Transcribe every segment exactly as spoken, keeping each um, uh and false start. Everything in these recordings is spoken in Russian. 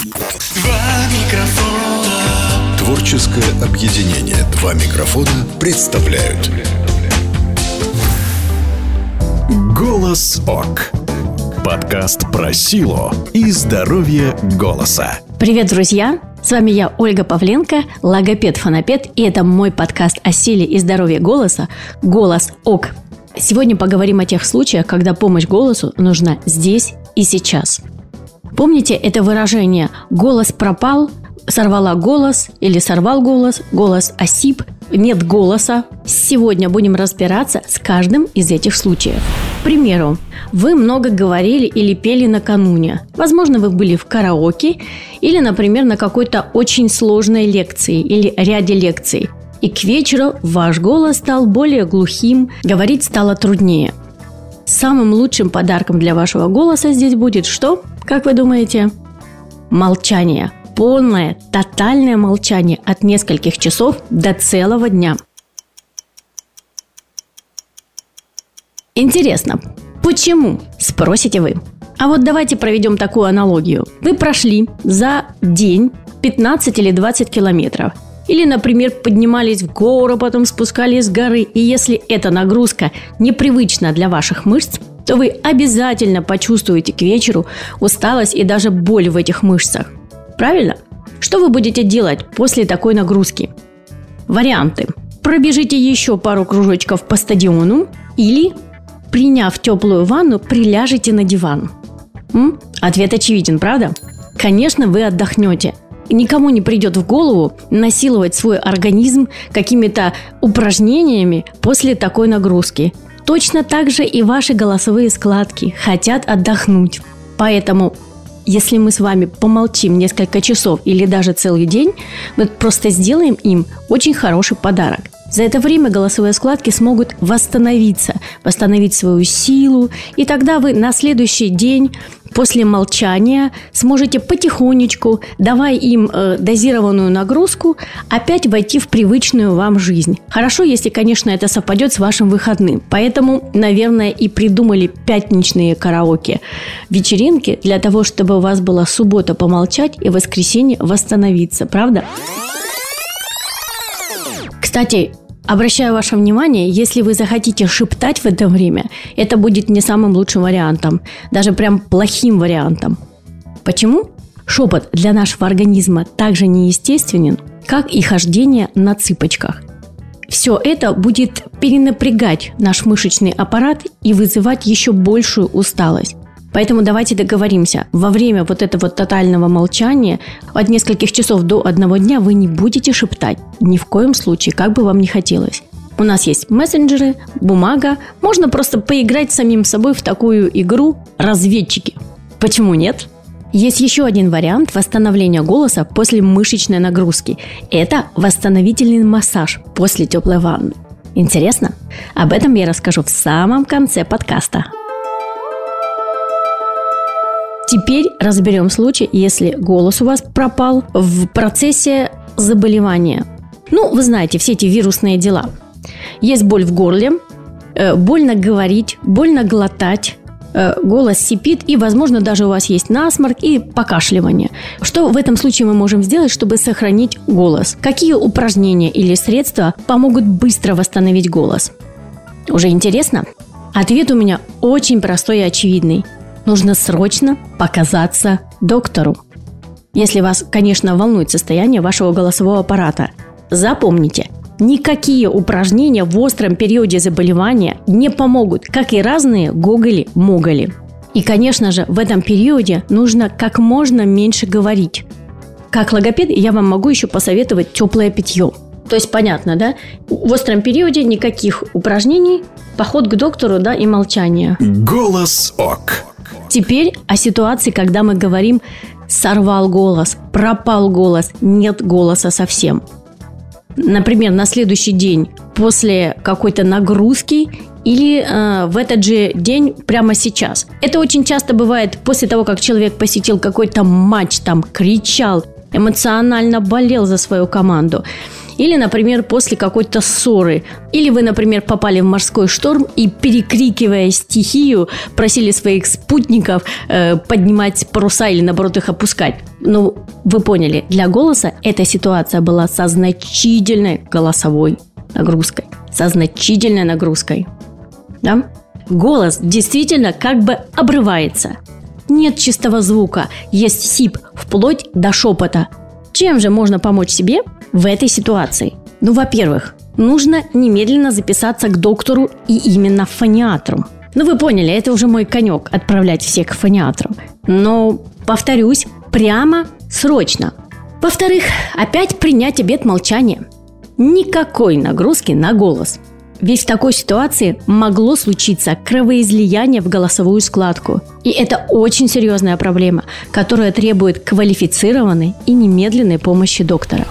Два микрофона. Творческое объединение «Два микрофона» представляют «Голос ОК». Подкаст про силу и здоровье голоса. Привет, друзья! С вами я, Ольга Павленко, логопед-фонопед, и это мой подкаст о силе и здоровье голоса «Голос ОК». Сегодня поговорим о тех случаях, когда помощь голосу нужна здесь и сейчас. Помните это выражение «голос пропал», «сорвала голос» или «сорвал голос», «голос осип», «нет голоса»? Сегодня будем разбираться с каждым из этих случаев. К примеру, вы много говорили или пели накануне. Возможно, вы были в караоке или, например, на какой-то очень сложной лекции или ряде лекций. И к вечеру ваш голос стал более глухим, говорить стало труднее. Самым лучшим подарком для вашего голоса здесь будет что? Как вы думаете? Молчание. Полное, тотальное молчание от нескольких часов до целого дня. Интересно, почему? Спросите вы. А вот давайте проведем такую аналогию. Вы прошли за день пятнадцать или двадцать километров. Или, например, поднимались в гору, потом спускались с горы. И если эта нагрузка непривычна для ваших мышц, то вы обязательно почувствуете к вечеру усталость и даже боль в этих мышцах. Правильно? Что вы будете делать после такой нагрузки? Варианты. Пробежите еще пару кружочков по стадиону или, приняв теплую ванну, приляжете на диван. М? Ответ очевиден, правда? Конечно, вы отдохнете. Никому не придет в голову насиловать свой организм какими-то упражнениями после такой нагрузки. Точно так же и ваши голосовые складки хотят отдохнуть. Поэтому, если мы с вами помолчим несколько часов или даже целый день, мы просто сделаем им очень хороший подарок. За это время голосовые складки смогут восстановиться, восстановить свою силу, и тогда вы на следующий день после молчания сможете потихонечку, давая им э, дозированную нагрузку, опять войти в привычную вам жизнь. Хорошо, если, конечно, это совпадет с вашим выходным. Поэтому, наверное, и придумали пятничные караоке-вечеринки для того, чтобы у вас была суббота помолчать и воскресенье восстановиться. Правда? Кстати, обращаю ваше внимание, если вы захотите шептать в это время, это будет не самым лучшим вариантом, даже прям плохим вариантом. Почему? Шепот для нашего организма также неестественен, как и хождение на цыпочках. Все это будет перенапрягать наш мышечный аппарат и вызывать еще большую усталость. Поэтому давайте договоримся, во время вот этого тотального молчания от нескольких часов до одного дня вы не будете шептать. Ни в коем случае, как бы вам ни хотелось. У нас есть мессенджеры, бумага. Можно просто поиграть с самим собой в такую игру «Разведчики». Почему нет? Есть еще один вариант восстановления голоса после мышечной нагрузки. Это восстановительный массаж после теплой ванны. Интересно? Об этом я расскажу в самом конце подкаста. Теперь разберем случай, если голос у вас пропал в процессе заболевания. Ну, вы знаете, все эти вирусные дела. Есть боль в горле, э, больно говорить, больно глотать, э, голос сипит, и, возможно, даже у вас есть насморк и покашливание. Что в этом случае мы можем сделать, чтобы сохранить голос? Какие упражнения или средства помогут быстро восстановить голос? Уже интересно? Ответ у меня очень простой и очевидный. Нужно срочно показаться доктору. Если вас, конечно, волнует состояние вашего голосового аппарата. Запомните, никакие упражнения в остром периоде заболевания не помогут, как и разные гоголи-моголи. И, конечно же, в этом периоде нужно как можно меньше говорить. Как логопед я вам могу еще посоветовать теплое питье. То есть понятно, да? В остром периоде никаких упражнений, поход к доктору, да, и молчание. Голос ОК. Теперь о ситуации, когда мы говорим «сорвал голос», «пропал голос», «нет голоса совсем». Например, на следующий день после какой-то нагрузки или э, в этот же день прямо сейчас. Это очень часто бывает после того, как человек посетил какой-то матч, там кричал, эмоционально болел за свою команду. Или, например, после какой-то ссоры. Или вы, например, попали в морской шторм и, перекрикивая стихию, просили своих спутников э, поднимать паруса или, наоборот, их опускать. Ну, вы поняли, для голоса эта ситуация была со значительной голосовой нагрузкой. Со значительной нагрузкой. Да? Голос действительно как бы обрывается. Нет чистого звука, есть сип, вплоть до шепота. Чем же можно помочь себе в этой ситуации? Ну, во-первых, нужно немедленно записаться к доктору и именно фониатру. Ну, вы поняли, это уже мой конек – отправлять всех к фониатру. Но, повторюсь, прямо срочно. Во-вторых, опять принять обет молчания. Никакой нагрузки на голос. Ведь в такой ситуации могло случиться кровоизлияние в голосовую складку. И это очень серьезная проблема, которая требует квалифицированной и немедленной помощи доктора.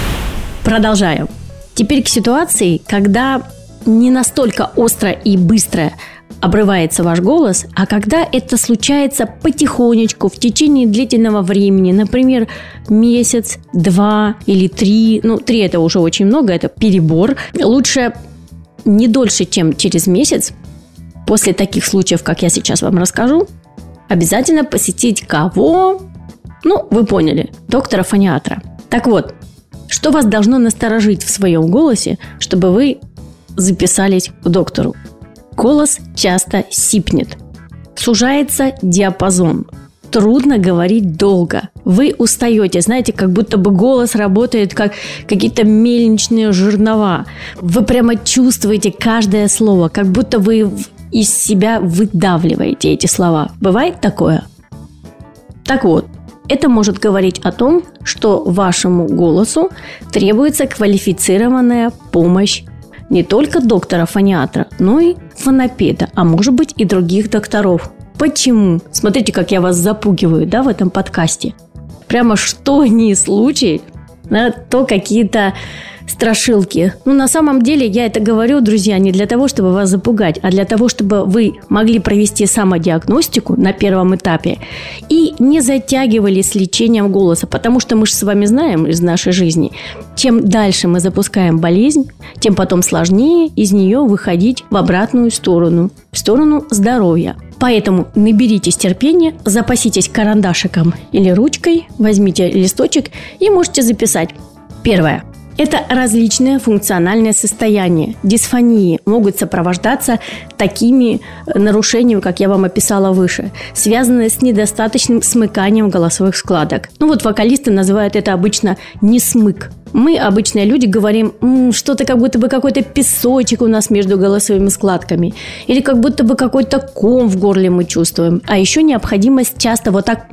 Продолжаю. Теперь к ситуации, когда не настолько остро и быстро обрывается ваш голос, а когда это случается потихонечку, в течение длительного времени, например, месяц, два или три. Ну, три – это уже очень много, это перебор. Лучше не дольше, чем через месяц, после таких случаев, как я сейчас вам расскажу, обязательно посетить кого? Ну, вы поняли, доктора-фониатра. Так вот, что вас должно насторожить в своем голосе, чтобы вы записались к доктору? Голос часто сипнет, сужается диапазон. Трудно говорить долго. Вы устаете, знаете, как будто бы голос работает как какие-то мельничные жернова. Вы прямо чувствуете каждое слово, как будто вы из себя выдавливаете эти слова. Бывает такое? Так вот, это может говорить о том, что вашему голосу требуется квалифицированная помощь не только доктора-фониатра, но и фонопеда, а может быть и других докторов. Почему? Смотрите, как я вас запугиваю, да, в этом подкасте. Прямо что ни случай, да, то какие-то страшилки. Ну, на самом деле, я это говорю, друзья, не для того, чтобы вас запугать, а для того, чтобы вы могли провести самодиагностику на первом этапе и не затягивали с лечением голоса. Потому что мы же с вами знаем из нашей жизни, чем дальше мы запускаем болезнь, тем потом сложнее из нее выходить в обратную сторону, в сторону здоровья. Поэтому наберитесь терпения, запаситесь карандашиком или ручкой, возьмите листочек и можете записать. Первое. Это различные функциональные состояния. Дисфонии могут сопровождаться такими нарушениями, как я вам описала выше, связанные с недостаточным смыканием голосовых складок. Ну вот вокалисты называют это обычно несмык. Мы, обычные люди, говорим, м-м, что-то как будто бы какой-то песочек у нас между голосовыми складками. Или как будто бы какой-то ком в горле мы чувствуем. А еще необходимость часто вот так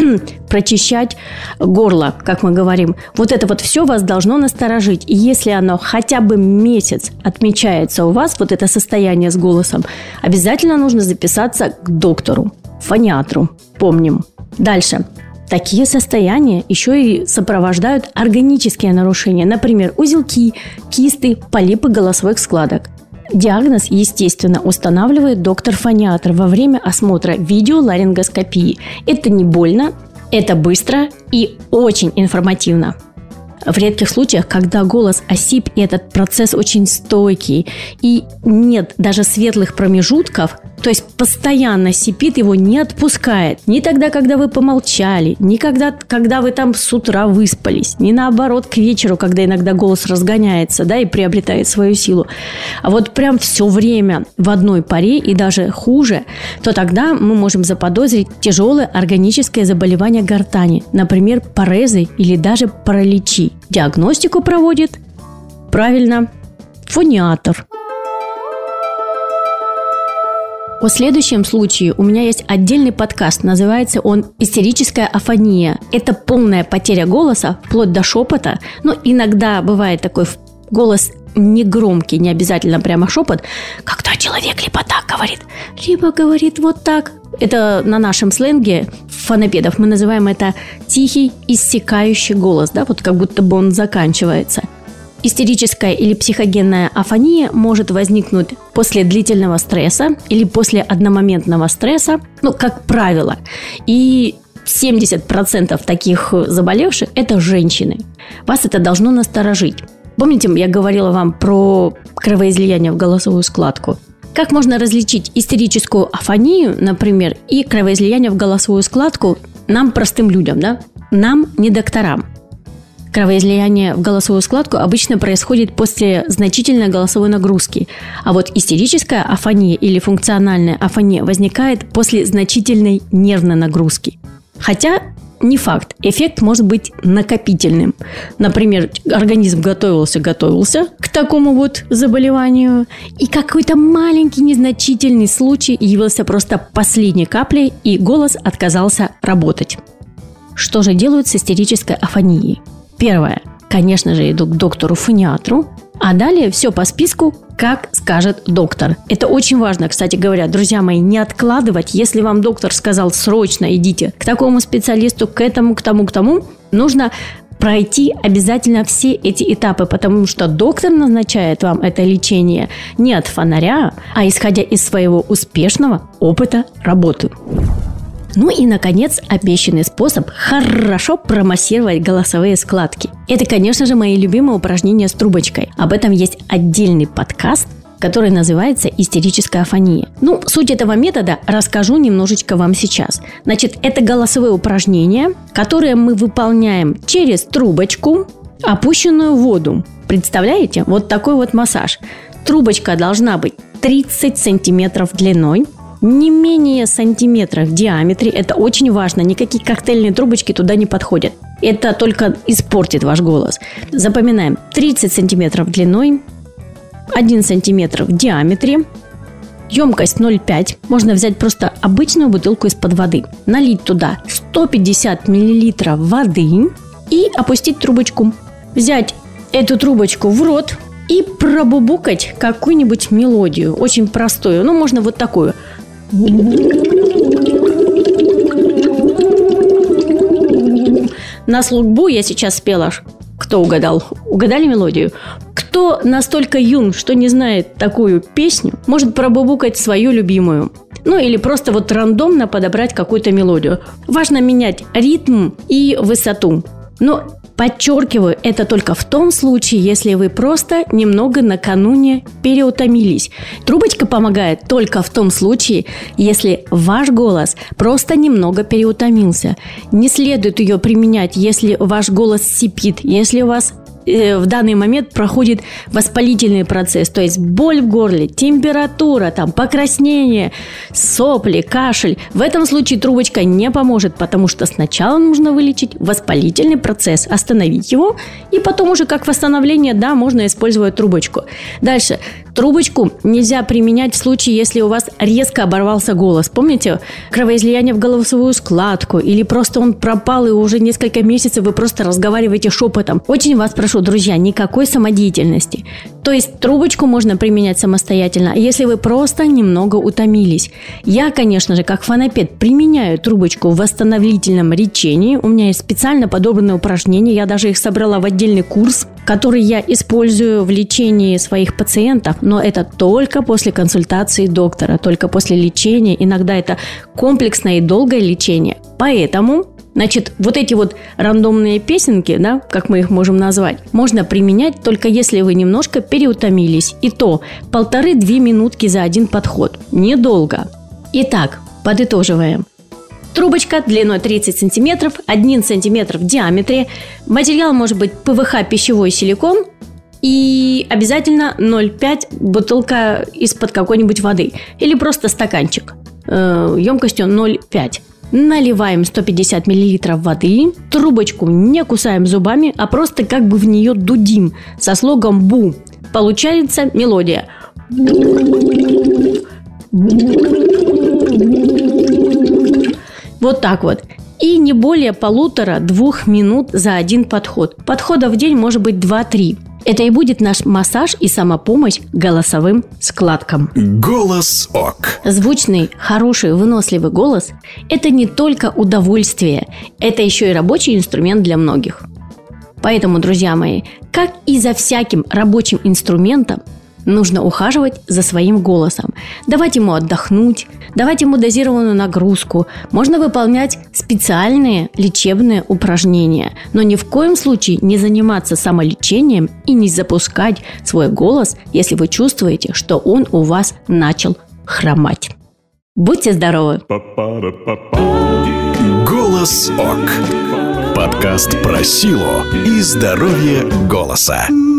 прочищать горло, как мы говорим. Вот это вот все вас должно насторожить. И если оно хотя бы месяц отмечается у вас, вот это состояние с голосом, обязательно нужно записаться к доктору, фониатру. Помним. Дальше. Такие состояния еще и сопровождают органические нарушения, например, узелки, кисты, полипы голосовых складок. Диагноз, естественно, устанавливает доктор-фониатр во время осмотра видеоларингоскопии. Это не больно, это быстро и очень информативно. В редких случаях, когда голос осип, и этот процесс очень стойкий, и нет даже светлых промежутков, то есть постоянно сипит, его не отпускает. Ни тогда, когда вы помолчали, ни когда, когда вы там с утра выспались, ни наоборот к вечеру, когда иногда голос разгоняется, да, и приобретает свою силу. А вот прям все время в одной паре и даже хуже, то тогда мы можем заподозрить тяжелое органическое заболевание гортани, например, парезы или даже параличи. Диагностику проводит, правильно, фониатр. О следующем случае у меня есть отдельный подкаст, называется он «Истерическая афония». Это полная потеря голоса, вплоть до шепота. Но иногда бывает такой голос негромкий, не обязательно прямо шепот, когда человек либо так говорит, либо говорит вот так. Это на нашем сленге фонопедов мы называем это тихий, иссякающий голос, да, вот как будто бы он заканчивается. Истерическая или психогенная афония может возникнуть после длительного стресса или после одномоментного стресса, ну, как правило. И семьдесят процентов таких заболевших – это женщины. Вас это должно насторожить. Помните, я говорила вам про кровоизлияние в голосовую складку? Как можно различить истерическую афонию, например, и кровоизлияние в голосовую складку нам, простым людям, да? Нам, не докторам? Кровоизлияние в голосовую складку обычно происходит после значительной голосовой нагрузки, а вот истерическая афония или функциональная афония возникает после значительной нервной нагрузки. Хотя не факт, эффект может быть накопительным. Например, организм готовился-готовился к такому вот заболеванию, и какой-то маленький незначительный случай явился просто последней каплей, и голос отказался работать. Что же делают с истерической афонией? Первое. Конечно же, иду к доктору-фониатру, а далее все по списку, как скажет доктор. Это очень важно, кстати говоря, друзья мои, не откладывать. Если вам доктор сказал срочно идите к такому специалисту, к этому, к тому, к тому, нужно пройти обязательно все эти этапы, потому что доктор назначает вам это лечение не от фонаря, а исходя из своего успешного опыта работы. Ну и, наконец, обещанный способ хорошо промассировать голосовые складки. Это, конечно же, мои любимые упражнения с трубочкой. Об этом есть отдельный подкаст, который называется «Истерическая афония». Ну, суть этого метода расскажу немножечко вам сейчас. Значит, это голосовые упражнения, которые мы выполняем через трубочку, опущенную в воду. Представляете? Вот такой вот массаж. Трубочка должна быть тридцать сантиметров длиной, не менее сантиметра в диаметре. Это очень важно. Никакие коктейльные трубочки туда не подходят. Это только испортит ваш голос. Запоминаем. тридцать сантиметров длиной, один сантиметр в диаметре, емкость ноль целых пять десятых. Можно взять просто обычную бутылку из-под воды, налить туда сто пятьдесят миллилитров воды и опустить трубочку. Взять эту трубочку в рот и пробубукать какую-нибудь мелодию. Очень простую. Ну, можно вот такую. На слугбу я сейчас спела. Кто угадал? Угадали мелодию? Кто настолько юн, что не знает такую песню, может пробубукать свою любимую. Ну или просто вот рандомно подобрать какую-то мелодию. Важно менять ритм и высоту. Но подчеркиваю, это только в том случае, если вы просто немного накануне переутомились. Трубочка помогает только в том случае, если ваш голос просто немного переутомился. Не следует ее применять, если ваш голос сипит, если у вас в данный момент проходит воспалительный процесс, то есть боль в горле, температура, там, покраснение, сопли, кашель. В этом случае трубочка не поможет, потому что сначала нужно вылечить воспалительный процесс, остановить его, и потом уже как восстановление, да, можно использовать трубочку. Дальше. Трубочку нельзя применять в случае, если у вас резко оборвался голос. Помните, кровоизлияние в голосовую складку, или просто он пропал, и уже несколько месяцев вы просто разговариваете шепотом. Очень вас прошу, друзья, никакой самодеятельности. То есть трубочку можно применять самостоятельно, если вы просто немного утомились. Я, конечно же, как фонопед, применяю трубочку в восстановительном лечении. У меня есть специально подобранные упражнения. Я даже их собрала в отдельный курс, который я использую в лечении своих пациентов. Но это только после консультации доктора, только после лечения. Иногда это комплексное и долгое лечение. Поэтому, значит, вот эти вот рандомные песенки, да, как мы их можем назвать, можно применять только если вы немножко переутомились. И то полторы-две минутки за один подход. Недолго. Итак, подытоживаем. Трубочка длиной тридцать сантиметров, один сантиметр в диаметре. Материал может быть пэ вэ ха, пищевой силикон. И обязательно ноль целых пять десятых бутылка из-под какой-нибудь воды. Или просто стаканчик э, емкостью ноль целых пять десятых. Наливаем сто пятьдесят миллилитров воды. Трубочку не кусаем зубами, а просто как бы в нее дудим со слогом «бу». Получается мелодия. Вот так вот. И не более полутора-двух минут за один подход. Подходов в день может быть два-три. Это и будет наш массаж и самопомощь голосовым складкам. Голос ок. Звучный, хороший, выносливый голос – это не только удовольствие, это еще и рабочий инструмент для многих. Поэтому, друзья мои, как и за всяким рабочим инструментом, нужно ухаживать за своим голосом. Давать ему отдохнуть, давать ему дозированную нагрузку. Можно выполнять специальные лечебные упражнения, но ни в коем случае не заниматься самолечением и не запускать свой голос, если вы чувствуете, что он у вас начал хромать. Будьте здоровы! Голос ОК. Подкаст про силу и здоровье голоса.